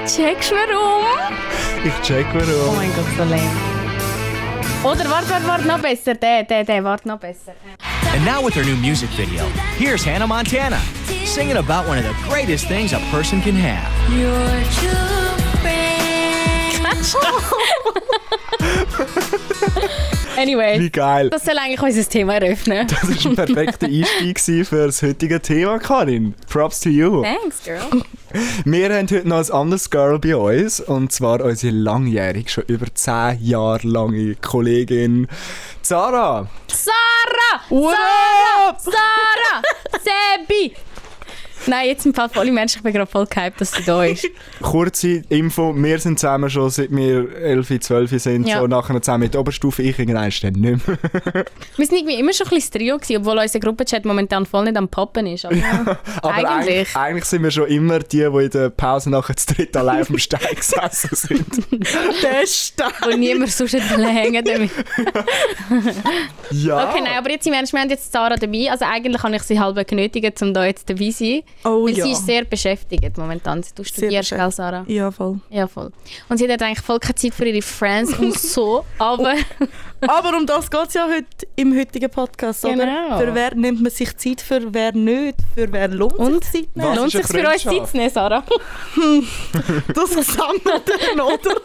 Checkst du warum? Ich check warum. Oh mein Gott, so lame. Oder warte, noch besser. Der, warte, noch besser. And now with her new music video, here's Hannah Montana, singing about one of the greatest things a person can have. Your true friend. Anyway, Wie geil. das soll eigentlich unser Thema eröffnen. Das war ein perfekter Einstieg für das heutige Thema, Karin. Props to you. Thanks, girl. Wir haben heute noch ein anderes Girl bei uns, und zwar unsere langjährige, schon über 10 Jahre lange Kollegin Sarah. Sarah! Sebi! Nein, jetzt im Fall voll Menschen, ich bin gerade voll gehypt, dass sie da ist. Kurze Info, wir sind zusammen schon seit wir 11, 12 sind, Ja. so nachher zusammen mit der Oberstufe, ich irgendwann dann nicht mehr. Wir sind irgendwie immer schon ein bisschen das Trio gewesen, obwohl unser Gruppenchat momentan voll nicht am Poppen ist. Aber Aber eigentlich sind wir schon immer die in der Pause nachher zu dritt allein auf dem Stein gesessen sind. Der Stein. wo niemand sonst hängen damit. Ja. Okay, nein, aber jetzt wir haben jetzt Sarah dabei. Also eigentlich habe ich sie halb genötigt, um da jetzt dabei zu sein. Oh Weil ja. sie ist sehr beschäftigt momentan. Du studierst, gell, Sarah? Ja, voll. Ja, voll. Und sie hat eigentlich voll keine Zeit für ihre Friends und so, aber... Aber um das geht es ja heute im heutigen Podcast, oder? Genau. Für wer nimmt man sich Zeit, für wer nicht, für wer lohnt Und? sich Zeit Was nehmen? Lohnt ist es eine für uns Freundschaft? Zeit zu nehmen, Sarah? Das Gesamte, oder?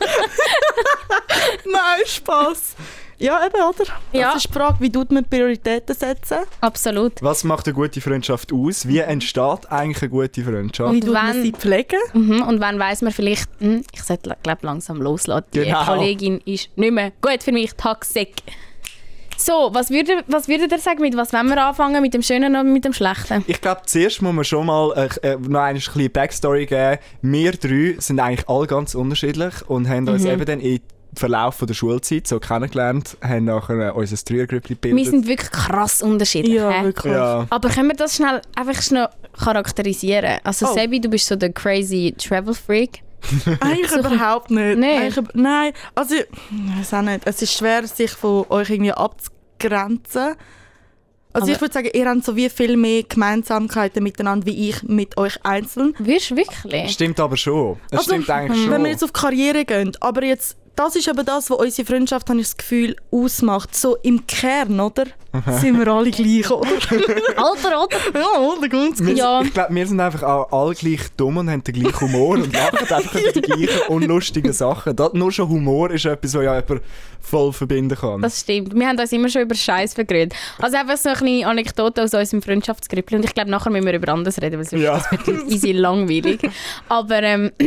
Nein, Spass. Ja, eben, oder? Ja. Das ist die Frage, wie tut man Prioritäten setzen? Absolut. Was macht eine gute Freundschaft aus? Wie entsteht eigentlich eine gute Freundschaft? Wie tut man wenn- sie pflegen? Und wann weiss man vielleicht, ich sollte glaub, langsam loslassen. Die Genau. Kollegin ist nicht mehr gut für mich, toxic. So, was würdet ihr sagen, mit was wollen wir anfangen? Mit dem Schönen oder mit dem Schlechten? Ich glaube, zuerst muss man schon mal noch eine kleine Backstory geben. Wir drei sind eigentlich alle ganz unterschiedlich und haben uns eben dann im Verlauf von der Schulzeit so kennengelernt, haben nachher unser Dreiergrüppli Wir gebildet. sind wirklich krass unterschiedlich. Ja, hä? wirklich. Ja. Aber können wir das einfach schnell charakterisieren? Also Oh. Sebi, du bist so der crazy Travel Freak. Eigentlich überhaupt nicht. Nicht? Nein, also ich weiß auch nicht. Es ist schwer, sich von euch irgendwie abzugrenzen. Also Aber- ich würde sagen, ihr habt so wie viel mehr Gemeinsamkeiten miteinander, wie ich mit euch einzeln. Wirst du wirklich? Stimmt aber schon. Es stimmt eigentlich schon. Wenn wir jetzt auf Karriere gehen, aber jetzt, das ist aber das, was unsere Freundschaft, habe ich das Gefühl, ausmacht. So im Kern, oder? Sind wir alle gleich, oder? Alter, oder? Ja, oder? Ganz gut. Ja. Ich glaube, wir sind einfach auch alle gleich dumm und haben den gleichen Humor und lachen einfach über die gleichen unlustigen Sachen. Nur schon Humor ist etwas, was ja jemand voll verbinden kann. Das stimmt. Wir haben uns immer schon über Scheiß vergrölt. Also einfach so eine kleine Anekdote aus unserem Freundschaftsgrippel. Und ich glaube, nachher müssen wir über anderes reden, weil sonst Ja. das wird easy langweilig. Aber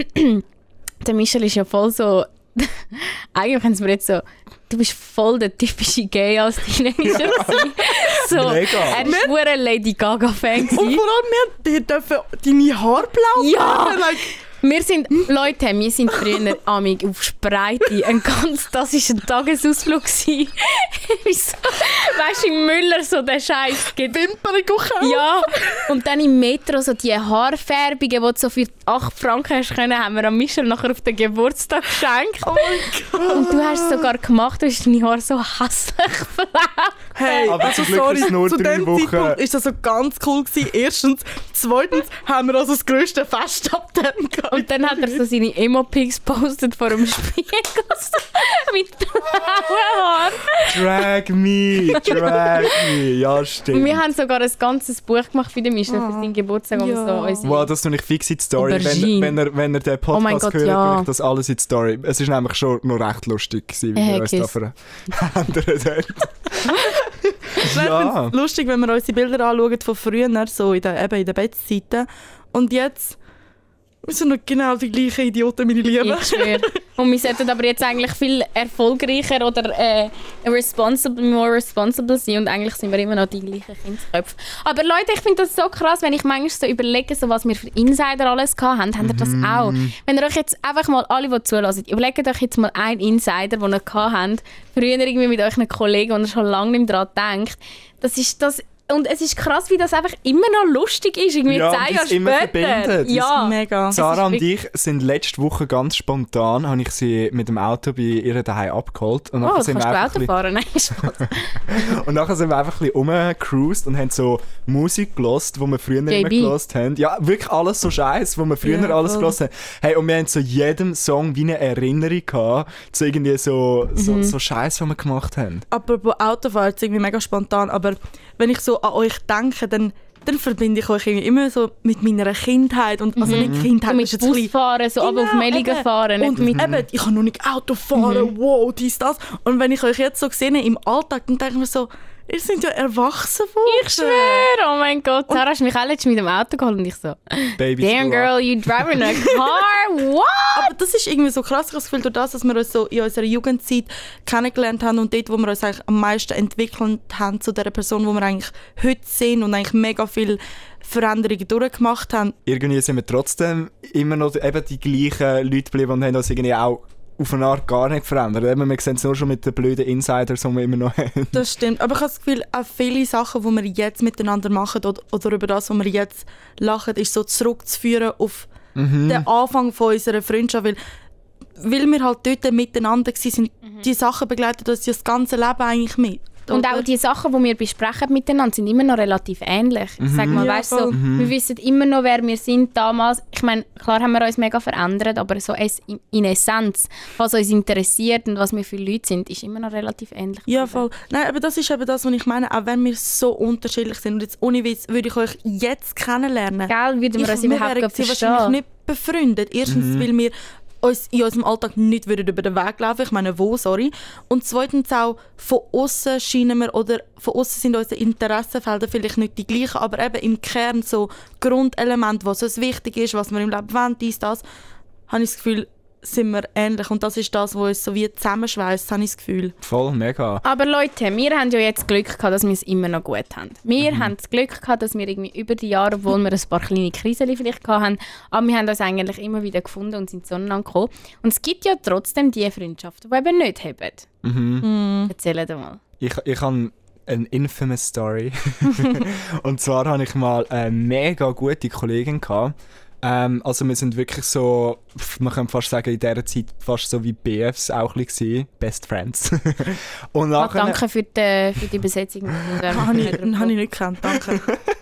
der Michel ist ja voll so... Eigentlich haben sie mir jetzt so... Du bist voll der typische Gay als Teenager. So, Mega. er war pure Lady Gaga-Fan. Und vor allem, wir dürfen deine Haare blau Ja! färben, like, Wir sind früher amig auf Spreite. Das war ein Tagesausflug. Wieso? Weißt du, im Müller so der Scheiß gibt. Wimpern kaufen. Ja, und dann im Metro so die Haarfärbungen, die du so für 8 Franken hast können, haben wir an Michel nachher auf den Geburtstag geschenkt. Oh mein Gott. Und du hast es sogar gemacht, du hast deine Haare so hässlich verlaufen. Hey, Aber also zum Glück sorry, ist es nur zu 3 dem Wochen. Zeitpunkt ist das so ganz cool gewesen. Erstens. Zweitens haben wir also das grösste Fest ab dem gehabt. Und dann hat er so seine Emo-Pics gepostet vor dem Spiegel so, mit blauen Haaren. Drag me. Ja, stimmt. Und wir haben sogar ein ganzes Buch gemacht für den Michel, für seinen Geburtstag. wo wir Ja. so unsere- Wow, das tue ich fix in die Story. Aubergine. Wenn ihr den Oh mein Podcast Gott, hört, ja. tue ich das alles in die Story. Es ist nämlich schon noch recht lustig gewesen, wie wir uns da Kiss. verändert Ich Ja. finde es lustig, wenn wir unsere Bilder anschauen von früher, so in den Bettzeiten. Und jetzt, wir sind noch genau die gleichen Idioten, meine Lieben. Ich schwöre. Und wir sollten aber jetzt eigentlich viel erfolgreicher oder more responsible sein. Und eigentlich sind wir immer noch die gleichen Kindsköpfe. Aber Leute, ich finde das so krass, wenn ich manchmal so überlege, so was wir für Insider alles hatten. Habt ihr das auch? Wenn ihr euch jetzt einfach mal, alle, die zulassen, überlegt euch jetzt mal einen Insider, den ihr habt, früher irgendwie mit euren Kollegen, und ihr schon lange nicht mehr daran denkt. Das ist das... und es ist krass, wie das einfach immer noch lustig ist, irgendwie 10 Jahre immer später. verbindet. Ja, Mega. Sarah und ich sind letzte Woche ganz spontan, habe ich sie mit dem Auto bei ihr daheim abgeholt. Und nachher oh, sind kannst wir du einfach Auto fahren? Nein, Spaß. und nachher sind wir einfach ein bisschen rumgecruised und haben so Musik gehört, die wir früher nicht mehr gehört haben. Ja, wirklich alles so Scheiß, wo wir früher alles gehört haben. Hey, und wir haben zu jedem Song wie eine Erinnerung gehabt, zu irgendwie so Scheiß, die wir gemacht haben. Apropos Autofahren, jetzt irgendwie mega spontan, aber wenn ich so an euch denke, dann verbinde ich euch irgendwie immer so mit meiner Kindheit. Und, also nicht Kindheit, So mit Busfahren, so aber auf Mellingen fahren. Und nicht mit eben, ich kann noch nicht Auto fahren, wow, dies, das. Und wenn ich euch jetzt so sehe im Alltag, dann denke ich mir so, ihr seid ja erwachsen worden. Ich schwöre, oh mein Gott. Sarah hast mich auch letztens mit dem Auto geholt und ich so, Baby damn girl, you driving a car, what? Aber das ist irgendwie so krass, ich habe das Gefühl, durch das, dass wir uns so in unserer Jugendzeit kennengelernt haben und dort, wo wir uns eigentlich am meisten entwickelt haben zu der Person, wo wir eigentlich heute sind und eigentlich mega viel Veränderungen durchgemacht haben. Irgendwie sind wir trotzdem immer noch eben die gleichen Leute geblieben und haben uns irgendwie auch auf eine Art gar nicht verändert. Eben, wir sehen es nur schon mit den blöden Insiders, die wir immer noch haben. Das stimmt. Aber ich habe das Gefühl, auch viele Sachen, die wir jetzt miteinander machen oder über das, was wir jetzt lachen, ist so zurückzuführen auf den Anfang von unserer Freundschaft. Weil wir halt dort miteinander waren, die Sachen begleiten uns das ganze Leben eigentlich mit. Und auch die Sachen, die wir besprechen miteinander, sind immer noch relativ ähnlich. Sag mal, Ja, weißt, so, wir wissen immer noch, wer wir sind damals. Ich meine, klar haben wir uns mega verändert, aber so in Essenz, was uns interessiert und was wir für Leute sind, ist immer noch relativ ähnlich. Ja, voll. Nein, aber das ist eben das, was ich meine. Auch wenn wir so unterschiedlich sind und jetzt ohne Witz würde ich euch jetzt kennenlernen. Gell, würden wir uns überhaupt wären nicht sie verstehen. wahrscheinlich nicht befreundet. Erstens, weil wir uns in unserem Alltag nicht über den Weg laufen. Ich meine, wo, sorry. Und zweitens auch, von außen scheinen wir, oder von außen sind unsere Interessenfelder vielleicht nicht die gleichen, aber eben im Kern so Grundelemente, was uns wichtig ist, was wir im Leben wollen, dies, das, habe ich das Gefühl, sind wir ähnlich. Und das ist das, was uns so wie zusammenschweißt, habe ich das Gefühl. Voll, mega. Aber Leute, wir haben ja jetzt Glück gehabt, dass wir es immer noch gut haben. Wir haben das Glück gehabt, dass wir irgendwie über die Jahre, obwohl wir ein paar kleine Krisen vielleicht hatten, aber wir haben uns eigentlich immer wieder gefunden und sind zueinander gekommen. Und es gibt ja trotzdem die Freundschaften, die eben nicht haben. Erzähl dir mal. Ich habe eine infamous Story. Und zwar hatte ich mal eine mega gute Kollegin gehabt. Also wir sind wirklich so, man kann fast sagen, in dieser Zeit fast so wie BFs auch ein bisschen, Best Friends. Und nachher, Danke für die Besetzung. Habe ich nicht gekannt, danke.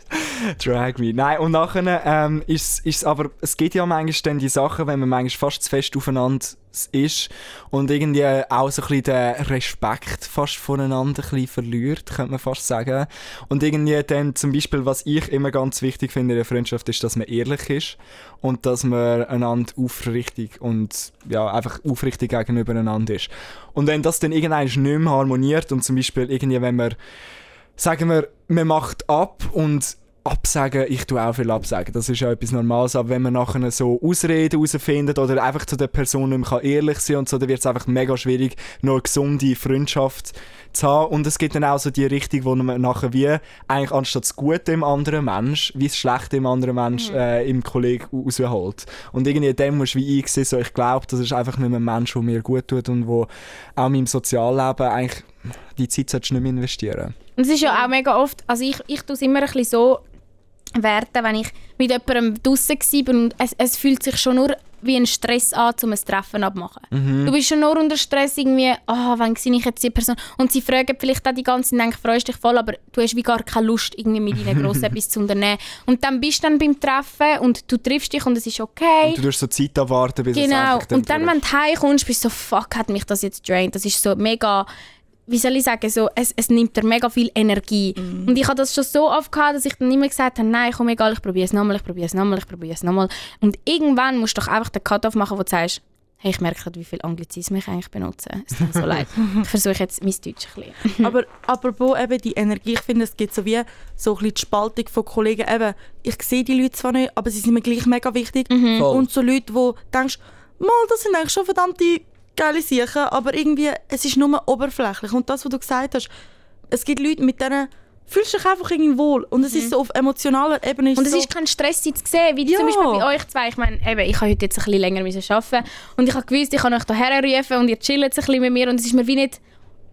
Drag me. Nein, und nachher ist es aber, es gibt ja manchmal dann die Sachen, wenn man manchmal fast zu fest aufeinander ist und irgendwie auch so ein bisschen den Respekt fast voneinander ein bisschen verliert, könnte man fast sagen. Und irgendwie dann zum Beispiel, was ich immer ganz wichtig finde in der Freundschaft, ist, dass man ehrlich ist und dass man einander aufrichtig und ja, einfach aufrichtig gegenüber einander ist. Und wenn das dann irgendwann nicht mehr harmoniert und zum Beispiel irgendwie, wenn man, sagen wir, man macht ab und absagen, ich tue auch viel absagen, das ist ja etwas Normales, aber wenn man nachher so Ausreden herausfindet oder einfach zu der Person nicht mehr ehrlich sein kann und so, dann wird es einfach mega schwierig, noch eine gesunde Freundschaft zu haben. Und es gibt dann auch so die Richtung, wo man nachher wie, eigentlich anstatt das Gute im anderen Mensch, wie das Schlechte im anderen Mensch im Kollegen rausholt. Und irgendwie dem musst du wie einsehen, so, ich glaube, das ist einfach nicht mehr ein Mensch, der mir gut tut und wo auch in meinem Sozialleben eigentlich die Zeit solltest du nicht mehr investieren. Und es ist ja auch mega oft, also ich tue es immer ein bisschen so werten, wenn ich mit jemandem draussen war und es fühlt sich schon nur wie ein Stress an, um ein Treffen abmachen. Du bist schon nur unter Stress irgendwie, wann sehe ich jetzt die Person? Und sie fragen vielleicht auch die ganze Zeit, freust dich voll, aber du hast wie gar keine Lust, irgendwie mit ihnen gross etwas zu unternehmen. Und dann bist du dann beim Treffen und du triffst dich und es ist okay. Und du musst so Zeit abwarten, bis es genau. einfach Und dann, wenn du heimkommst, bist du so, fuck, hat mich das jetzt drained. Das ist so mega, wie soll ich sagen, so, es nimmt dir mega viel Energie. Und ich hatte das schon so oft gehabt, dass ich dann immer gesagt habe, nein, komm, egal, ich probiere es nochmal. Und irgendwann musst du doch einfach den Cut-off machen, wo du sagst, hey, ich merke gerade, wie viel Anglizismen ich eigentlich benutze. Es tut mir so leid. Ich versuche jetzt mein Deutsch ein bisschen. Aber apropos eben die Energie, ich finde, es gibt so wie so ein bisschen die Spaltung von Kollegen. Eben, ich sehe die Leute zwar nicht, aber sie sind mir gleich mega wichtig. Und so Leute, wo du denkst, das sind eigentlich schon verdammte geile Sachen, aber irgendwie, es ist nur oberflächlich. Und das, was du gesagt hast, es gibt Leute, mit denen fühlst du dich einfach irgendwie wohl. Und es ist so auf emotionaler Ebene. Und es so ist kein Stress, sie zu sehen, wie zum Beispiel bei euch zwei. Ich meine, ich habe heute jetzt ein bisschen länger arbeiten und ich habe gewusst, ich kann euch hierher rufen und ihr chillt ein bisschen mit mir und es ist mir wie nicht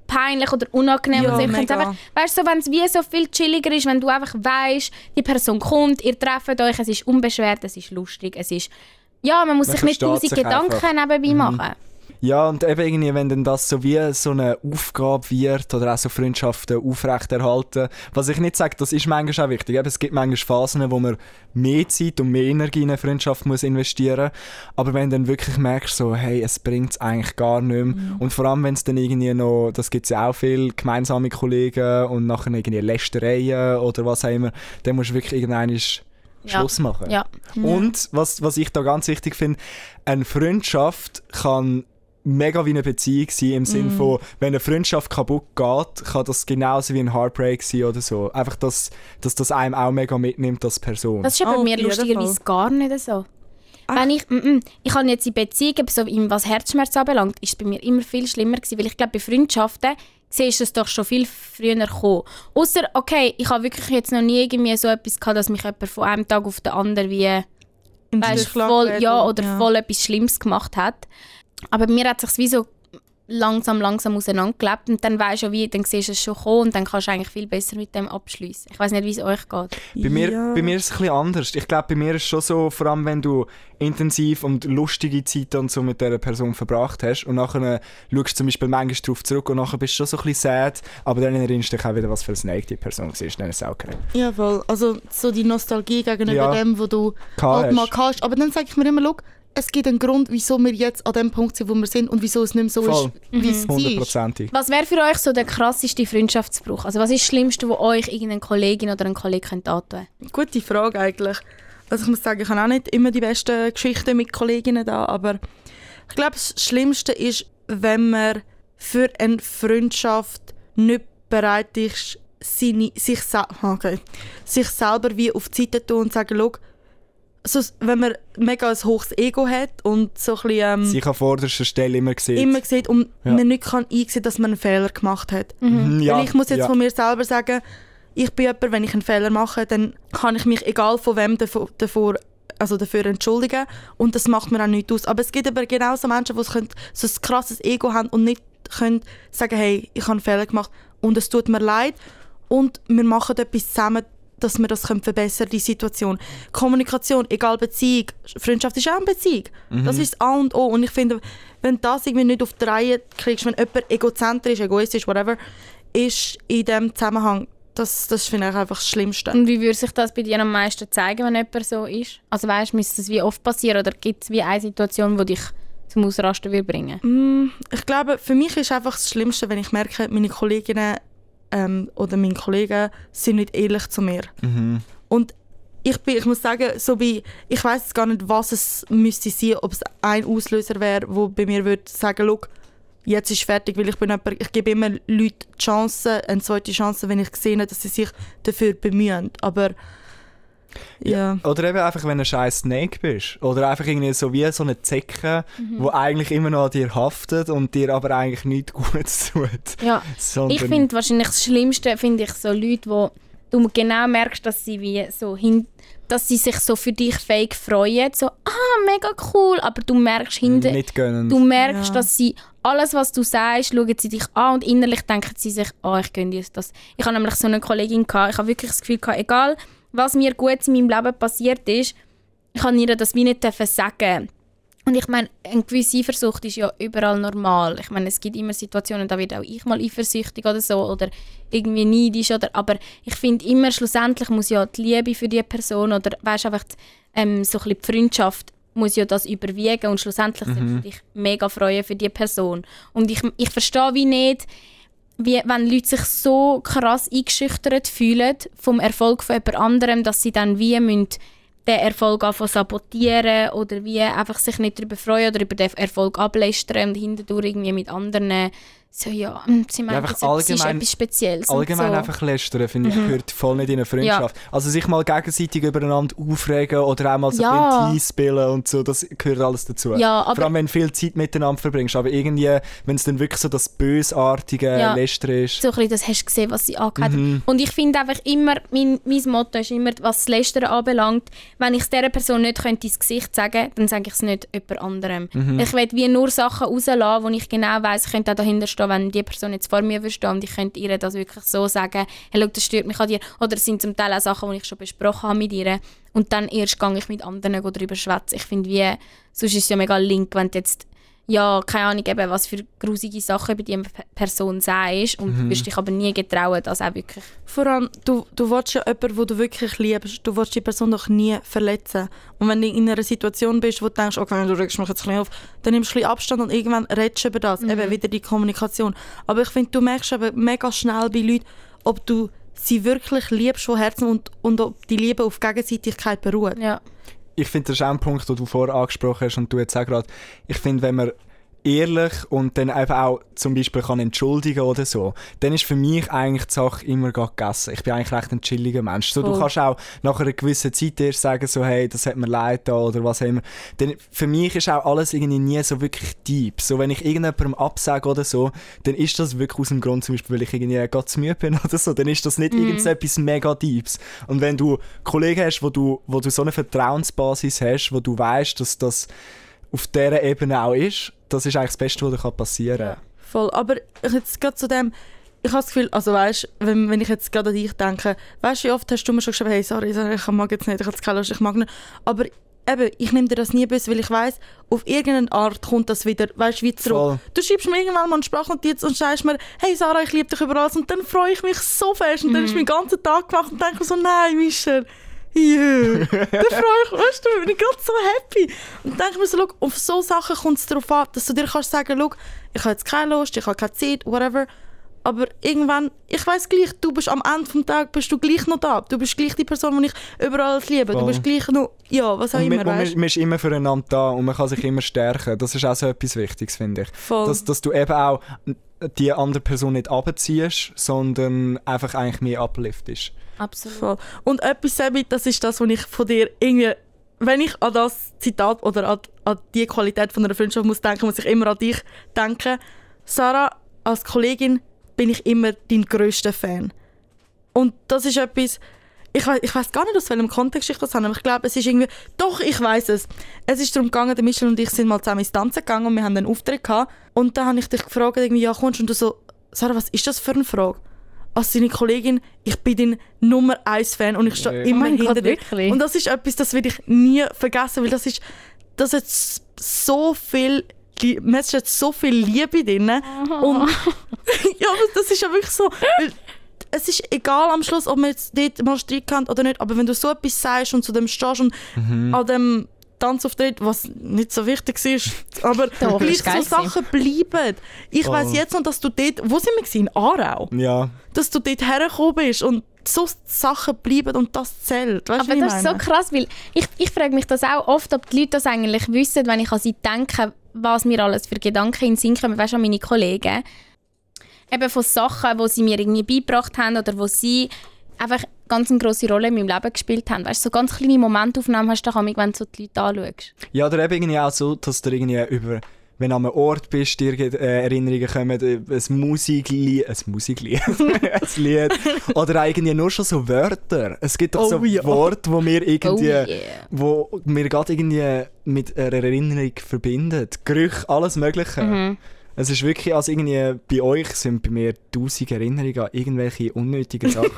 peinlich oder unangenehm. Ja, Also ich mega. einfach, weißt du, so, wenn es wie so viel chilliger ist, wenn du einfach weißt, die Person kommt, ihr trefft euch, es ist unbeschwert, es ist lustig, es ist... Ja, man muss Man sich nicht versteht 1000 sich Gedanken einfach. nebenbei machen. Ja, und eben irgendwie, wenn dann das so wie so eine Aufgabe wird oder auch so Freundschaften aufrechterhalten, was ich nicht sage, das ist manchmal auch wichtig. Eben, es gibt manchmal Phasen, wo man mehr Zeit und mehr Energie in eine Freundschaft muss investieren muss. Aber wenn du dann wirklich merkst, so, hey, es bringt es eigentlich gar nicht mehr. Und vor allem, wenn es dann irgendwie noch, das gibt es ja auch viele gemeinsame Kollegen und nachher irgendwie Lästereien oder was auch immer, dann musst du wirklich irgendwann Schluss machen. Ja. Und was ich da ganz wichtig finde, eine Freundschaft kann mega wie eine Beziehung sein, im Sinne von, wenn eine Freundschaft kaputt geht, kann das genauso wie ein Heartbreak sein oder so. Einfach, dass das einem auch mega mitnimmt als Person. Das ist ja bei Auf mir jeden lustigerweise Fall. gar nicht so. Wenn ich habe jetzt in Beziehungen, so was Herzschmerz anbelangt, ist es bei mir immer viel schlimmer gewesen, weil ich glaube, bei Freundschaften siehst du es doch schon viel früher kommen. Ausser, okay, ich habe wirklich jetzt noch nie irgendwie so etwas gehabt, dass mich jemand von einem Tag auf den anderen wie weißt, voll voll etwas Schlimmes gemacht hat. Aber bei mir hat es sich wie so langsam auseinandergelebt und dann weisst du wie, dann siehst du es schon kommen und dann kannst du eigentlich viel besser mit dem abschließen. Ich weiß nicht, wie es euch geht. Bei mir ist es ein bisschen anders. Ich glaube, bei mir ist es schon so, vor allem wenn du intensiv und lustige Zeit und so mit dieser Person verbracht hast und nachher schaust du zum Beispiel manchmal darauf zurück und nachher bist du schon so ein bisschen sad, aber dann erinnerst du dich auch wieder, was für ein Snake die Person war. Dann ist es auch okay. Ja, voll. Also so die Nostalgie gegenüber Ja. dem, wo du halt mal hast. Aber dann sage ich mir immer, schau, es gibt einen Grund, wieso wir jetzt an dem Punkt sind, wo wir sind und wieso es nicht mehr so Voll. ist, wie es war. 100%. Was wäre für euch so der krasseste Freundschaftsbruch? Also was ist das Schlimmste, was euch irgendeine Kollegin oder ein Kollege antun könnte? Gute Frage eigentlich. Also ich muss sagen, ich habe auch nicht immer die besten Geschichten mit Kolleginnen da, aber ich glaube, das Schlimmste ist, wenn man für eine Freundschaft nicht bereit ist, sich selber wie auf die Seite zu tun und zu sagen, schau, also, wenn man mega ein hohes Ego hat und so ein bisschen, Sich an vorderster Stelle immer sieht. immer sieht und Ja. man nicht kann einsehen, dass man einen Fehler gemacht hat. Ja, Weil ich muss jetzt ja. von mir selber sagen, ich bin jemand, wenn ich einen Fehler mache, dann kann ich mich egal von wem dafür entschuldigen und das macht mir auch nichts aus. Aber es gibt aber genauso Menschen, die so ein krasses Ego haben und nicht können sagen, hey, ich habe einen Fehler gemacht und es tut mir leid und wir machen etwas zusammen, dass wir das verbessern können, die Situation. Kommunikation, egal Beziehung, Freundschaft ist auch eine Beziehung. Das ist das A und O. Und ich finde, wenn du das irgendwie nicht auf die Reihe kriegst, wenn jemand egozentrisch, egoistisch, whatever, ist in diesem Zusammenhang, das finde ich einfach das Schlimmste. Und wie würde sich das bei dir am meisten zeigen, wenn jemand so ist? Also weißt, müsste das wie oft passieren oder gibt es wie eine Situation, die dich zum Ausrasten will bringen? Ich glaube, für mich ist einfach das Schlimmste, wenn ich merke, meine Kolleginnen oder meine Kollegen sind nicht ehrlich zu mir. Und ich muss sagen, ich weiss jetzt gar nicht, was es müsste sein, ob es ein Auslöser wäre, der bei mir würde sagen, schau, jetzt ist fertig, weil ich gebe immer Leuten die Chance, eine zweite Chance, wenn ich sehe, dass sie sich dafür bemühen. Aber ja. Oder eben einfach, wenn du ein scheiß Snake bist. Oder einfach irgendwie so wie so eine Zecke, die eigentlich immer noch an dir haftet und dir aber eigentlich nichts Gutes tut. Ja, Sondern, ich finde wahrscheinlich das Schlimmste, finde ich so Leute, wo du genau merkst, dass sie wie so dass sie sich so für dich fake freuen, so mega cool, aber du merkst hinten, nicht gönnen. du merkst, Ja. dass sie alles, was du sagst, schauen sie dich an und innerlich denken sie sich, ich gönne dir das. Ich habe nämlich so eine Kollegin gehabt, ich habe wirklich das Gefühl gehabt, egal was mir gut in meinem Leben passiert ist, ich kann ihr das wie nicht sagen. Und ich meine, eine gewisse Eifersucht ist ja überall normal. Ich meine, es gibt immer Situationen, da wird auch ich mal eifersüchtig oder so oder irgendwie neidisch. Aber ich finde immer, schlussendlich muss ja die Liebe für die Person oder weißt, einfach so ein bisschen die Freundschaft muss ja das überwiegen und schlussendlich solltest du dich mega freuen für die Person. Und ich verstehe wie nicht, wenn Leute sich so krass eingeschüchtert fühlen vom Erfolg von jemand anderem, dass sie dann wie müssen den Erfolg anfangen sabotieren oder wie einfach sich nicht darüber freuen oder über den Erfolg ablästern und hintendurch irgendwie mit anderen so, sie meinen, einfach das ist allgemein- etwas Spezielles. Allgemein und so. einfach lästern, finde ich, gehört voll nicht in eine Freundschaft. Also sich mal gegenseitig übereinander aufregen oder auch mal so Ja. ein bisschen spielen und so, das gehört alles dazu. Ja, aber- Vor allem, wenn du viel Zeit miteinander verbringst. Aber irgendwie, wenn es dann wirklich so das bösartige Ja. Lästern ist. So ein bisschen, das hast du gesehen, was sie angehört hat. Und ich finde einfach immer, mein Motto ist immer, was das Lästern anbelangt, wenn ich es dieser Person nicht ins Gesicht sagen könnte, dann sage ich es nicht jemand anderem. Ich will wie nur Sachen rauslassen, wo ich genau weiss, ich könnte auch dahinter stehen stehen, wenn die Person jetzt vor mir würde stehen und ich könnte ihr das wirklich so sagen, hey, schau, das stört mich an dir. Oder es sind zum Teil auch Sachen, die ich schon besprochen habe mit ihr. Und dann erst gehe ich mit anderen darüber schwätzen. Ich finde, sonst ist es ja mega link, wenn du jetzt, ja, keine Ahnung, eben, was für grusige Sachen über diese Person sagst und wirst dich aber nie getrauen, das auch wirklich... Vor allem, du willst ja jemanden, den du wirklich liebst, du willst die Person doch nie verletzen. Und wenn du in einer Situation bist, wo du denkst, okay, du regst mich jetzt ein bisschen auf, dann nimmst du ein bisschen Abstand und irgendwann redest du über das, eben wieder die Kommunikation. Aber ich finde, du merkst eben mega schnell bei Leuten, ob du sie wirklich liebst von Herzen und ob die Liebe auf Gegenseitigkeit beruht. Ja. Ich finde, das ist auch ein Punkt, den du vorher angesprochen hast und du jetzt auch gerade, ich finde, wenn man ehrlich und dann einfach auch zum Beispiel kann entschuldigen oder so, dann ist für mich eigentlich die Sache immer gegessen. Ich bin eigentlich recht ein chilliger Mensch. So, du kannst auch nach einer gewissen Zeit erst sagen, so, hey, das hat mir leid da oder was auch immer. Denn für mich ist auch alles irgendwie nie so wirklich deep. So, wenn ich irgendjemandem absage oder so, dann ist das wirklich aus dem Grund, zum Beispiel, weil ich irgendwie ganz müde bin oder so, dann ist das nicht irgendetwas mega Deeps. Und wenn du Kollegen hast, wo du so eine Vertrauensbasis hast, wo du weißt, dass das auf dieser Ebene auch ist, das ist eigentlich das Beste, was dir passieren kann. Ja, voll. Aber jetzt gerade zu dem, ich habe das Gefühl, also weißt, wenn ich jetzt gerade an dich denke, weißt du, wie oft hast du mir schon geschrieben, hey, sorry, ich mag jetzt nicht, ich habe jetzt keine Lust, ich mag nicht. Aber eben, ich nehme dir das nie böse, weil ich weiss, auf irgendeine Art kommt das wieder, weißt, wie zurück. Voll. Du schreibst mir irgendwann mal eine Sprachnotiz und sagst mir, hey Sarah, ich liebe dich über alles, und dann freue ich mich so fest und dann ist mein ganzer Tag gemacht und denke so, nein, Michel, yeah. Dann freue ich mich, weißt du, bin ich gerade so happy. Und dann denke ich mir so, schau, auf so Sachen kommt es darauf an, dass du dir kannst sagen, schau, ich habe jetzt keine Lust, ich habe keine Zeit, whatever. Aber irgendwann, ich weiss gleich, du bist am Ende des Tages bist du gleich noch da. Du bist gleich die Person, die ich über alles liebe. Voll. Du bist gleich noch, ja, was auch immer, weißt man ist immer füreinander da und man kann sich immer stärken. Das ist auch so etwas Wichtiges, finde ich. Voll. Dass du eben auch die andere Person nicht runterziehst, sondern einfach eigentlich mehr upliftest. Absolut. Voll. Und etwas, Sebi, das ist das, was ich von dir irgendwie, wenn ich an das Zitat oder an die Qualität von einer Freundschaft muss denken, muss ich immer an dich denken. Sarah, als Kollegin bin ich immer dein grösster Fan. Und das ist etwas, ich weiss gar nicht, aus welchem Kontext ich das habe, aber ich glaube, es ist irgendwie, doch, ich weiss es. Es ist darum gegangen, der Michel und ich sind mal zusammen ins Tanzen gegangen und wir haben einen Auftritt gehabt. Und dann habe ich dich gefragt, irgendwie, ja, kommst du? Und du so, Sarah, was ist das für eine Frage? Als deine Kollegin, ich bin dein Nummer 1 Fan und ich stehe immer hinter dir. Wirklich? Und das ist etwas, das werde ich nie vergessen, weil das hat so viel, man hat so viel Liebe drin. Und ja, aber das ist ja wirklich so, weil es ist egal am Schluss, ob man jetzt dort mal Streit hat oder nicht, aber wenn du so etwas sagst und zu dem stehst und an dem Tanzauftritt, was nicht so wichtig ist, aber Doch, gleich ist geil so Sachen bleiben. Ich weiss jetzt noch, dass du dort, wo sind wir gewesen? In Aarau? Ja. Dass du dort hergekommen bist und so Sachen bleiben und das zählt. Weißt, aber das ist so krass, weil ich frage mich das auch oft, ob die Leute das eigentlich wissen, wenn ich an sie denke, was mir alles für Gedanken in den Sinn kommen, weißt du, an meine Kollegen. Eben von Sachen, die sie mir irgendwie beigebracht haben oder wo sie einfach ganz eine grosse Rolle in meinem Leben gespielt haben. Weißt du, so ganz kleine Momentaufnahmen hast du auch, wenn du so die Leute anschaust. Ja, oder eben irgendwie auch so, dass du irgendwie über, wenn du an einem Ort bist, dir Erinnerungen kommen, ein Musiklied, ein Lied, oder irgendwie nur schon so Wörter. Es gibt doch so Worte, wo wir irgendwie, wo wir gerade irgendwie mit einer Erinnerung verbinden. Gerüche, alles Mögliche. Es ist wirklich, also irgendwie bei euch sind bei mir 1000 Erinnerungen an irgendwelche unnötigen Sachen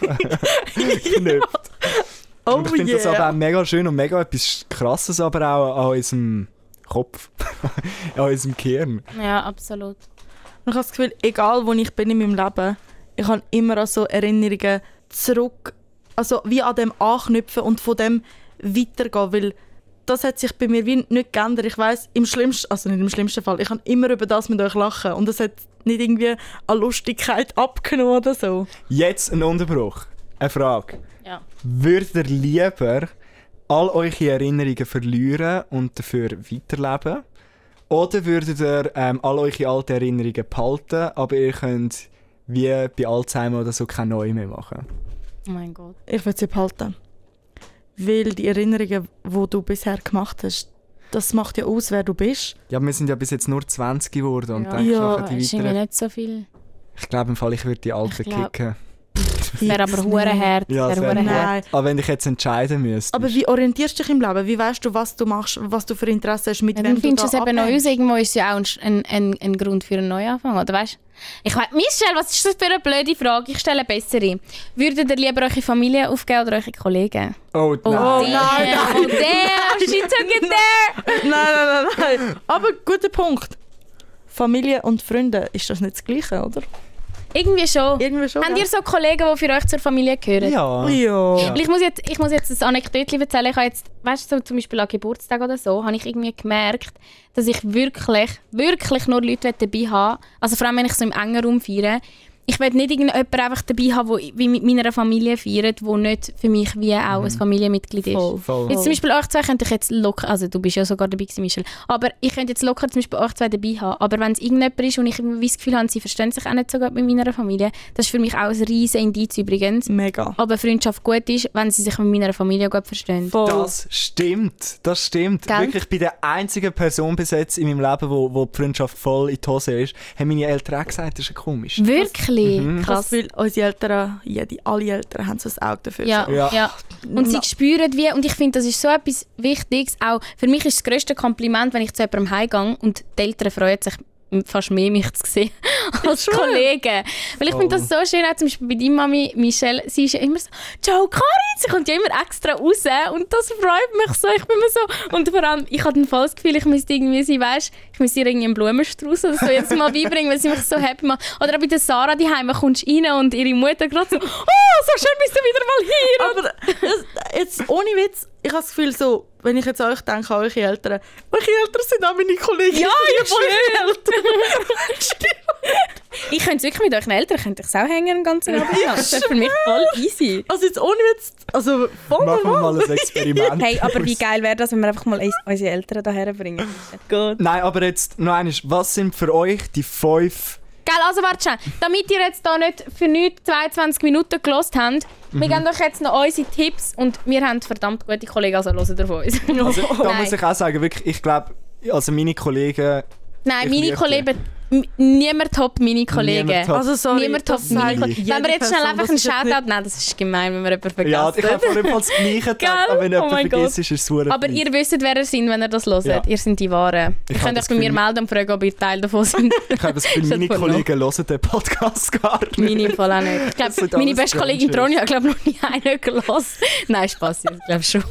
geknüpft. Und ich finde das aber auch mega schön und mega etwas Krasses aber auch an unserem Kopf, an unserem Gehirn. Ja, absolut. Und ich habe das Gefühl, egal wo ich bin in meinem Leben, ich habe immer an so Erinnerungen zurück, also wie an dem anknüpfen und von dem weitergehen, weil das hat sich bei mir wie nicht geändert. Ich weiss, nicht im schlimmsten Fall, ich kann immer über das mit euch lachen und das hat nicht irgendwie an Lustigkeit abgenommen oder so. Jetzt ein Unterbruch. Eine Frage. Ja. Würdet ihr lieber all eure Erinnerungen verlieren und dafür weiterleben? Oder würdet ihr all eure alten Erinnerungen behalten, aber ihr könnt wie bei Alzheimer oder so keine neue mehr machen? Oh mein Gott. Ich würde sie behalten. Weil die Erinnerungen, die du bisher gemacht hast, das macht ja aus, wer du bist. Ja, wir sind ja bis jetzt nur 20 geworden und Ja. dann Ja, machen die ist irgendwie weiteren. nicht so viel. Ich glaube im Fall, ich würde die alten kicken. Das wäre aber hure hart. Ja, Das das wäre wäre hure hart. Nein. Aber wenn ich jetzt entscheiden müsste. Aber wie orientierst du dich im Leben? Wie weißt du, was du machst, was du für Interesse hast, mit Ja, wem dann du findest du da es eben noch abhängst? uns. Irgendwo ist es ja auch ein Grund für einen Neuanfang, oder weißt? Ich weiss, Michelle, was ist das für eine blöde Frage? Ich stelle eine bessere. Würdet ihr lieber eure Familie aufgeben oder eure Kollegen? Oh, nein. Oh, nein, damn, oh damn, she took it there! Nein. Aber guter Punkt. Familie und Freunde, ist das nicht das Gleiche, oder? Irgendwie schon. Irgendwie schon. Habt ihr so Kollegen, die für euch zur Familie gehören? Ja. Ja. Weil ich muss jetzt ein Anekdötchen erzählen. Ich habe jetzt, weißt du, so zum Beispiel an Geburtstag oder so, habe ich irgendwie gemerkt, dass ich wirklich nur Leute dabei habe. Also vor allem, wenn ich so im engen Raum feiere. Ich will nicht irgendjemanden einfach dabei haben, der wie mit meiner Familie feiert, der nicht für mich wie auch ein Familienmitglied ist. Voll. Jetzt zum Beispiel euch zwei könnte ich jetzt locker, also du bist ja sogar dabei gewesen, Michelle, aber ich könnte jetzt locker zum Beispiel euch zwei dabei haben. Aber wenn es irgendjemand ist und ich irgendwie das Gefühl habe, sie verstehen sich auch nicht so gut mit meiner Familie, das ist für mich auch ein riesen Indiz übrigens. Mega. Aber Freundschaft gut ist, wenn sie sich mit meiner Familie gut verstehen. Voll. Das stimmt. Gell? Wirklich, bei der einzigen Person bis jetzt in meinem Leben, wo die Freundschaft voll in die Hose ist, haben meine Eltern auch gesagt, das ist ja komisch. Wirklich? Krass, weil unsere Eltern, alle Eltern haben so ein Auge dafür. Ja, So. Ja. ja. Und sie spüren wie, und ich finde, das ist so etwas Wichtiges. Auch für mich ist das grösste Kompliment, wenn ich zu jemandem heimgehe und die Eltern freuen sich fast mehr, mich zu sehen als Kollegen. Weil ich finde das so schön, auch zum Beispiel bei deiner Mami, Michelle, sie ist ja immer so, «Ciao, Karin!» Sie kommt ja immer extra raus und das freut mich so. Ich bin immer so, und vor allem, ich habe dann voll das Gefühl, ich müsste irgendwie sie, weißt, ich müsste ihr irgendwie einen Blumenstrauß oder so jetzt mal beibringen, weil sie mich so happy macht. Oder auch bei der Sarah daheim, kommst du rein und ihre Mutter gerade so, «Oh, so schön bist du wieder mal hier!» Aber jetzt ohne Witz, ich habe das Gefühl so, wenn ich jetzt an euch denke, an eure Eltern sind auch meine Kollegen. Ja, ich schwöre. Ich könnte wirklich mit euren Eltern könnte ich auch hängen den ganzen Abend. Das wäre für mich voll easy. Also jetzt ohne Witz, also voll Machen wir normal. mal ein Experiment. Hey, aber wie geil wäre das, wenn wir einfach mal unsere Eltern hierher bringen? Gut. Nein, aber jetzt noch einmal, was sind für euch die 5... Geil, also warte schnell. Damit ihr jetzt da nicht für nichts 22 Minuten gehört habt, wir geben euch jetzt noch unsere Tipps und wir haben verdammt gute Kollegen, also hören ihr von uns. Also, da Nein. muss ich auch sagen, wirklich, ich glaube, also meine Kollegen... Nein, Ich meine liebe Kollegen... Niemand toppt meine Kollegen. Niemand toppt. Also sorry, Niemand das toppt meine sagt Kollegen. jede Wenn wir jetzt schnell Person, einfach das einen ist jetzt Shoutout... Nein, das ist gemein, wenn wir jemanden Ja, vergessen. ich habe vorhin das Gleiche gedacht, Gell? aber wenn Oh jemand mein vergisst, ist es super. Aber ihr wisst, wer ihr seid, wenn ihr das hört. Ja. Ihr seid die Wahren. Ihr Ich könnt hab euch bei mir das Gefühl- melden und fragen, ob ihr Teil davon seid. Ich habe das Gefühl, Ist das meine voll Kollegen hören den Podcast gar nicht. Meine im Fall auch nicht. Ich Das glaube, sind meine alles beste Kollegin Strangers. Tronja hat glaube noch nie einen gehört. Nein, Spaß, ich glaube schon.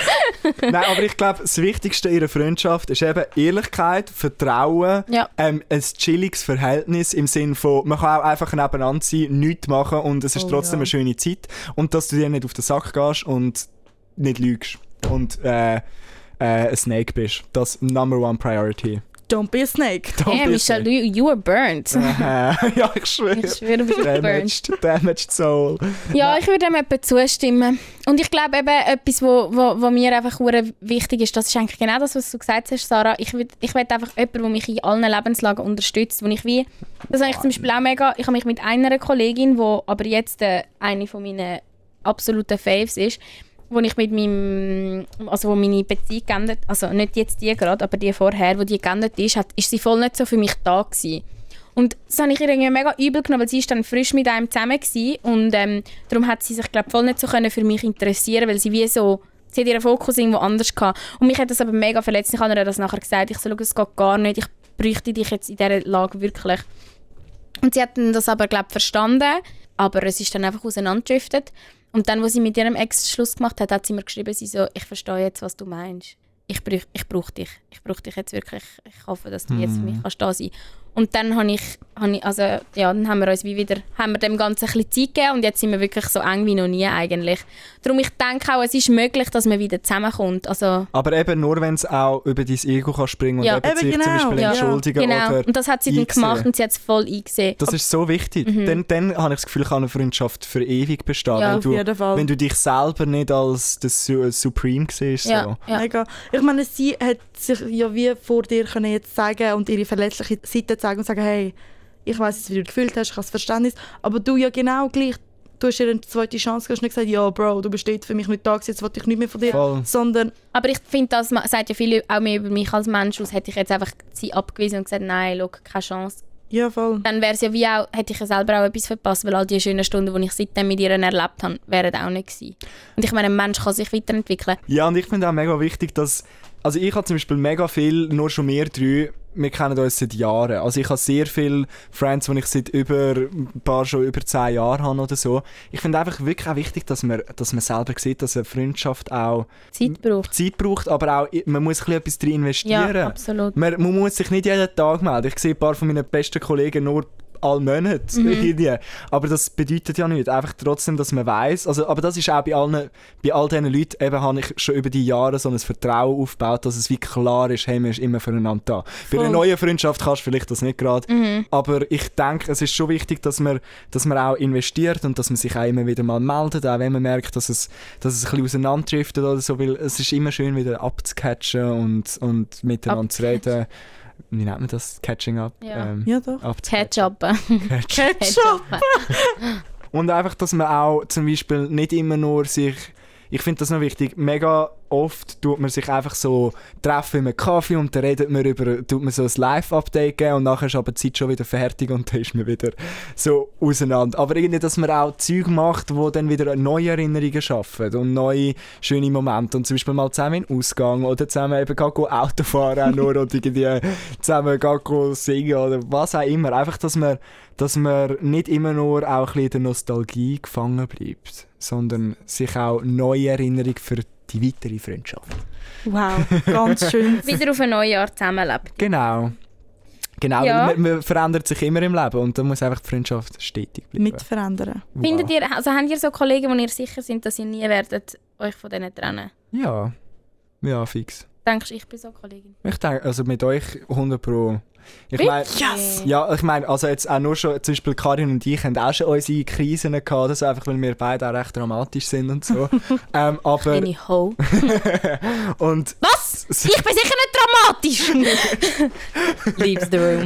Nein, aber ich glaube, das Wichtigste in einer Freundschaft ist eben Ehrlichkeit, Vertrauen, Ja. ein chilliges Verhältnis im Sinne von, man kann auch einfach nebeneinander sein, nichts machen und es ist trotzdem eine schöne Zeit. Und dass du dir nicht auf den Sack gehst und nicht lügst und ein Snake bist. Das Number one priority. Don't be a snake. Don't Hey, be Michelle, snake. you were burnt. Ja, ich schwöre. Ich schwöre, du bist burnt. Damaged soul. Ja, ich würde dem etwa zustimmen. Und ich glaube eben, etwas, wo mir einfach hure wichtig ist, das ist eigentlich genau das, was du gesagt hast, Sarah. Ich will einfach jemanden, der mich in allen Lebenslagen unterstützt. Wo ich wie, das habe ich zum Beispiel auch mega, ich habe mich mit einer Kollegin, die aber jetzt eine von meinen absoluten Faves ist, wo ich mit meinem, also wo meine Beziehung geendet, also nicht jetzt die gerade, aber die vorher, wo die geendet ist, ist sie voll nicht so für mich da gewesen. Und das habe ich ihr irgendwie mega übel genommen, weil sie ist dann frisch mit einem zusammen gewesen und darum hat sie sich glaube voll nicht so können für mich interessieren, weil sie wie so, sie hat ihren Fokus irgendwo anders gehabt. Und mich hat das aber mega verletzt. Ich habe ihr das nachher gesagt, ich so, schau, es geht gar nicht, ich bräuchte dich jetzt in dieser Lage wirklich. Und sie hat dann das aber glaube verstanden, aber es ist dann einfach auseinandergedriftet. Und dann, als sie mit ihrem Ex Schluss gemacht hat, hat sie mir geschrieben, sie so, ich verstehe jetzt, was du meinst. Ich brauche dich. Ich brauche dich jetzt wirklich. Ich hoffe, dass du jetzt für mich kannst da sein. Und dann dann haben wir uns haben wir dem Ganzen ein bisschen Zeit gegeben und jetzt sind wir wirklich so eng wie noch nie eigentlich. Darum, ich denke auch, es ist möglich, dass man wieder zusammenkommt. Also, Aber eben nur, wenn es auch über dein Ego kann springen und Ja. eben Eben sich genau. zum Beispiel Ja. entschuldigen genau. oder Und das hat sie dann eingesehen. gemacht und sie hat es voll eingesehen. Das ist so wichtig. Dann habe ich das Gefühl, kann eine Freundschaft für ewig bestehen. Ja, wenn, auf jeden Fall. wenn du dich selber nicht als das Supreme siehst. Ja, So. ja. Mega. Ich meine, sie hat sich ja wie vor dir können jetzt sagen und ihre verletzliche Seite zeigen und sagen, hey, ich weiss jetzt, wie du dich gefühlt hast, ich habe das Verständnis. Aber du ja genau gleich, du hast ihr eine zweite Chance gegeben, nicht gesagt, ja Bro, du bist dort für mich nicht da gewesen, jetzt will ich nicht mehr von dir. Voll. Sondern, Aber ich finde, das sagt ja viel auch mehr über mich als Mensch aus. Hätte ich jetzt einfach sie abgewiesen und gesagt, nein, schau, keine Chance. Ja, voll. dann wäre es ja wie auch, hätte ich ja selber auch etwas verpasst, weil all die schönen Stunden, die ich seitdem mit ihr erlebt habe, wären auch nicht gewesen. Und ich meine, ein Mensch kann sich weiterentwickeln. Ja, und ich finde auch mega wichtig, dass... Also ich habe zum Beispiel mega viel, nur schon wir drei, wir kennen uns seit Jahren. Also ich habe sehr viele Friends, die ich seit schon über 10 Jahren habe oder so. Ich finde einfach wirklich auch wichtig, dass man selber sieht, dass eine Freundschaft auch Zeit braucht, aber auch, man muss ein bisschen etwas drin investieren. Ja, absolut. Man muss sich nicht jeden Tag melden. Ich sehe ein paar von meinen besten Kollegen nur alle Monate. Aber das bedeutet ja nicht. Einfach trotzdem, dass man weiss. Also, aber das ist auch bei all diesen Leuten, eben habe ich schon über die Jahre so ein Vertrauen aufgebaut, dass es wie klar ist, hey, man ist immer füreinander da. Bei einer neuen Freundschaft kannst du vielleicht das nicht gerade. Aber ich denke, es ist schon wichtig, dass man auch investiert und dass man sich auch immer wieder mal meldet, auch wenn man merkt, dass es ein bisschen auseinanderdriftet oder so, weil es ist immer schön, wieder abzucatchen und miteinander zu reden. Wie nennt man das? Catching up? Ja, ja doch. Ketchup. Ketchup! Und einfach, dass man auch zum Beispiel nicht immer nur sich... Ich finde das noch wichtig. Mega oft tut man sich einfach so treffen mit einem Kaffee und dann tut man so ein Live-Update geben und nachher ist aber die Zeit schon wieder fertig und dann ist man wieder so auseinander. Aber irgendwie, dass man auch Zeug macht, wo dann wieder neue Erinnerungen schaffen und neue schöne Momente. Und zum Beispiel mal zusammen in den Ausgang oder zusammen eben Auto fahren auch nur oder irgendwie zusammen singen oder was auch immer. Einfach, dass man nicht immer nur auch ein bisschen in der Nostalgie gefangen bleibt, sondern sich auch neue Erinnerungen für die weitere Freundschaft. Wow, ganz schön. Wieder auf ein neues Jahr zusammenlebt. Genau, Ja. weil man verändert sich immer im Leben und dann muss einfach die Freundschaft stetig bleiben. Mit verändern. Wow. Habt ihr so Kollegen, wo ihr sicher sind, dass ihr nie werdet euch von denen trennen? Ja, fix. Denkst du, ich bin so eine Kollegin? Ich denke, also mit euch 100%. Ich meine, Yes! ja, ich meine, also jetzt auch nur schon, zum Beispiel Karin und ich haben auch schon unsere Krisen gehabt, also einfach, weil wir beide auch recht dramatisch sind und so. Aber... Bin ich ho? und Was? Ich bin sicher nicht dramatisch! Leaves the room.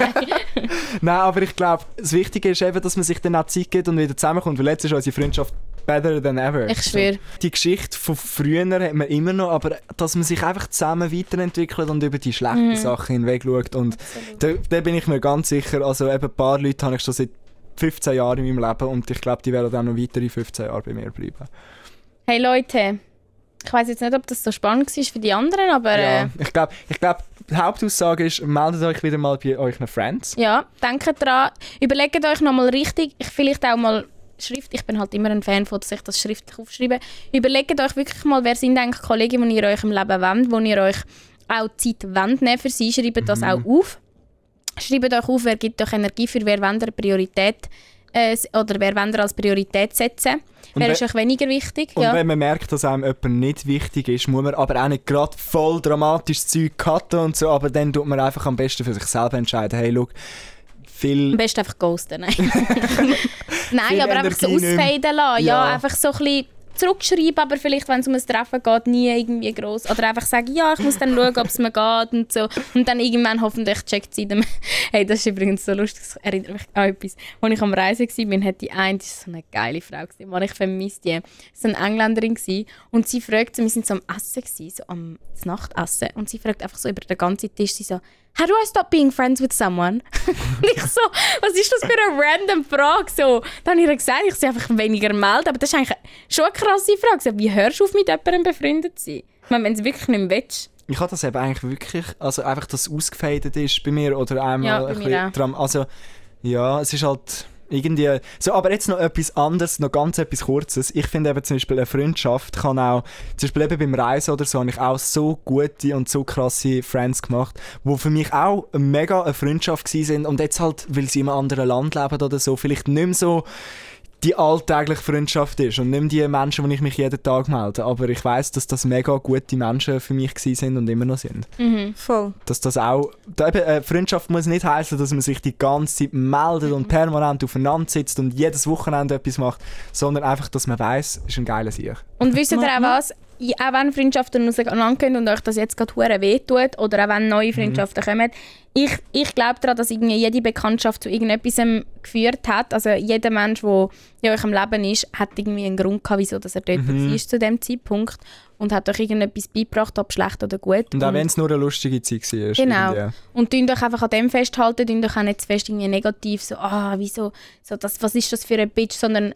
Nein, aber ich glaube, das Wichtige ist eben, dass man sich dann auch Zeit gibt und wieder zusammenkommt, weil jetzt ist unsere Freundschaft better than ever. Ich schwöre. Die Geschichte von früher hat man immer noch, aber dass man sich einfach zusammen weiterentwickelt und über die schlechten Sachen hinweg schaut. Und da bin ich mir ganz sicher, also eben ein paar Leute habe ich schon seit 15 Jahren in meinem Leben und ich glaube, die werden auch noch weitere 15 Jahre bei mir bleiben. Hey Leute, ich weiss jetzt nicht, ob das so spannend war für die anderen, aber... Ja, ich glaube, die Hauptaussage ist, meldet euch wieder mal bei euren Friends. Ja, denkt dran, überlegt euch nochmal richtig, vielleicht auch mal Schrift, ich bin halt immer ein Fan von, dass ich das schriftlich aufschreibe. Überlegt euch wirklich mal, wer sind eigentlich Kollegen, die ihr euch im Leben wollt, wo ihr euch auch Zeit wollt nehmen für sie, schreibt das auch auf. Schreibt euch auf, wer gibt euch Energie, für wer wollt ihr Priorität oder wer wollt ihr als Priorität setzen. Wer ist euch weniger wichtig? Und ja. wenn man merkt, dass einem jemand nicht wichtig ist, muss man aber auch nicht gerade voll dramatisches Zeug cutten und so, aber dann tut man einfach am besten für sich selber entscheiden, hey, schau, am besten einfach ghosten, nein. Nein, aber einfach so ausfaden lassen. Ja, einfach so ein bisschen zurückschreiben, aber vielleicht, wenn es um ein Treffen geht, nie irgendwie gross. Oder einfach sagen, ja, ich muss dann schauen, ob es mir geht und so. Und dann irgendwann hoffentlich checkt sie dann. Hey, das ist übrigens so lustig, das erinnert mich an etwas. Als ich am Reisen war, hat die eine, das war so eine geile Frau, die ich vermisst die. Das war eine Engländerin und sie fragt, wir waren so am Essen, so am Nachtessen, und sie fragt einfach so über den ganzen Tisch, sie so, how do I stop being friends with someone? Und ich so, was ist das für eine random Frage? So, dann habe ich ihr gesagt, ich soll einfach weniger melden, aber das ist eigentlich schon eine krasse Frage. So, wie hörst du auf, mit jemandem befreundet zu sein? Ich meine, wenn du wirklich nicht mehr willst. Ich habe das eben eigentlich wirklich, also einfach, dass es ausgefadet ist bei mir oder einmal ja, bei mir auch. Also, ja, es ist halt irgendwie... So, aber jetzt noch etwas anderes, noch ganz etwas Kurzes. Ich finde eben zum Beispiel, eine Freundschaft kann auch, zum Beispiel eben beim Reisen oder so, habe ich auch so gute und so krasse Friends gemacht, die für mich auch mega eine Freundschaft waren und jetzt halt, weil sie in einem anderen Land leben oder so, vielleicht nicht mehr so die alltägliche Freundschaft ist und nicht mehr die Menschen, die ich mich jeden Tag melde. Aber ich weiss, dass das mega gute Menschen für mich sind und immer noch sind. Mhm. Voll. Dass das auch... Freundschaft muss nicht heißen, dass man sich die ganze Zeit meldet und permanent aufeinander sitzt und jedes Wochenende etwas macht, sondern einfach, dass man weiss, ist ein geiler Sieg. Und wisst ihr auch was? Auch wenn Freundschaften auseinandergehen und euch das jetzt gerade verdammt wehtut oder auch wenn neue Freundschaften kommen, ich glaube daran, dass irgendwie jede Bekanntschaft zu irgendetwas geführt hat. Also jeder Mensch, der in eurem Leben ist, hat irgendwie einen Grund gehabt, wieso dass er dort war zu dem Zeitpunkt. und hat euch irgendetwas beigebracht, ob schlecht oder gut. Und auch wenn es nur eine lustige Zeit war. Genau. irgendwie. Und tun euch einfach an dem festhalten, tun euch auch nicht zu fest irgendwie negativ so, wieso, so das, was ist das für ein Bitch, sondern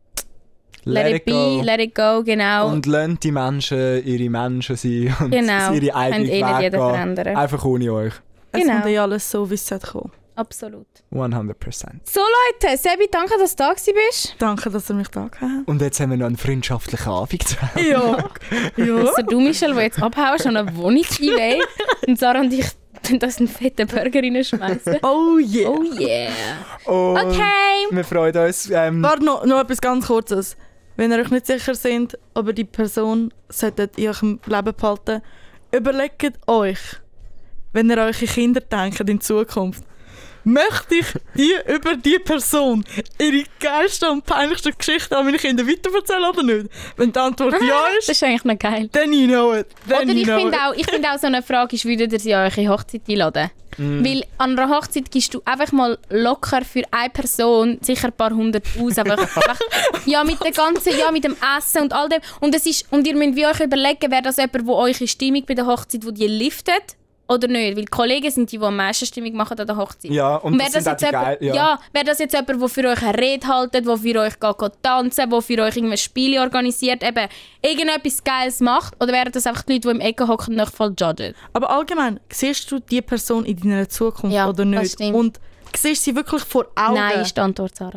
let it be, let it go, genau. Und lasst die Menschen ihre Menschen sein und Genau. ihre eigenen Könnt Weg jeder gehen. verändern. Einfach ohne euch. Es Genau. kommt ja alles so, wie es kommen. Absolut. 100%. So Leute, Sebi, danke, dass du da bist. Danke, dass ihr mich da gehabt habt. Und jetzt haben wir noch einen freundschaftlichen Abend zusammen. Ja. ja. Ausser du, Michelle, der jetzt abhaust und eine Wohnung einwählt. Und Sarah und ich tun das einen fetten Burger reinschmeißen. Oh yeah. Oh yeah. Und Okay. wir freuen uns. Warte, noch etwas ganz Kurzes. Wenn ihr euch nicht sicher seid, ob ihr die Person solltet in eurem Leben behalten, überlegt euch, wenn ihr eure Kinder denkt in Zukunft, möchte ich über die Person ihre geilste und peinlichste Geschichte an meine Kinder weiterverzählen oder nicht? Wenn die Antwort ja Das ist, ist eigentlich noch geil. then you know it. Then Oder you ich know finde it. auch so eine Frage ist, würdet ihr sie an eure Hochzeit einladen? Weil an einer Hochzeit gibst du einfach mal locker für eine Person sicher ein paar hundert aus. Einfach, ja, mit dem ganzen, ja, mit dem Essen und all dem. Und ihr müsst wie euch überlegen, wäre das jemand, der eure Stimmung bei der Hochzeit, wo die liftet oder nicht? Weil die Kollegen sind die am meisten Stimmung machen an der Hochzeit. Ja, und wäre das sind auch die geil. Ja. wäre das jetzt jemand, der für euch eine Rede haltet, der für euch geht tanzen, der für euch irgendwelche Spiele organisiert, eben irgendetwas Geiles macht? Oder wären das einfach die Leute, die im Ecken hocken und euch voll judgen? Aber allgemein, siehst du die Person in deiner Zukunft Ja, oder das nicht? stimmt. Und siehst du sie wirklich vor Augen? Nein, ist die Antwort, Sarah.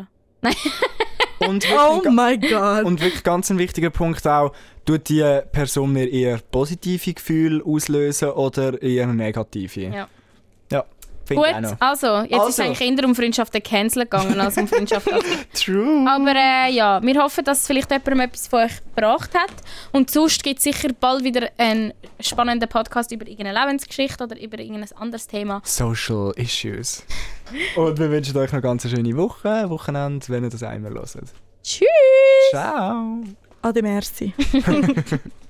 Und Oh wirklich, my God. und wirklich ganz ein wichtiger Punkt auch, tut die Person mir eher positive Gefühle auslösen oder eher negative? Ja. Ja, finde ich auch Gut, noch. also, jetzt ist es Also. eigentlich eher um Freundschaften cancelen gegangen als um Freundschaften. True. Aber ja, wir hoffen, dass vielleicht jemandem etwas von euch gebracht hat. Und sonst gibt es sicher bald wieder einen spannenden Podcast über irgendeine Lebensgeschichte oder über irgendein anderes Thema. Social Issues. Und wir wünschen euch noch ganz eine schöne Woche, Wochenende, wenn ihr das einmal hört. Tschüss! Ciao! Ade merci.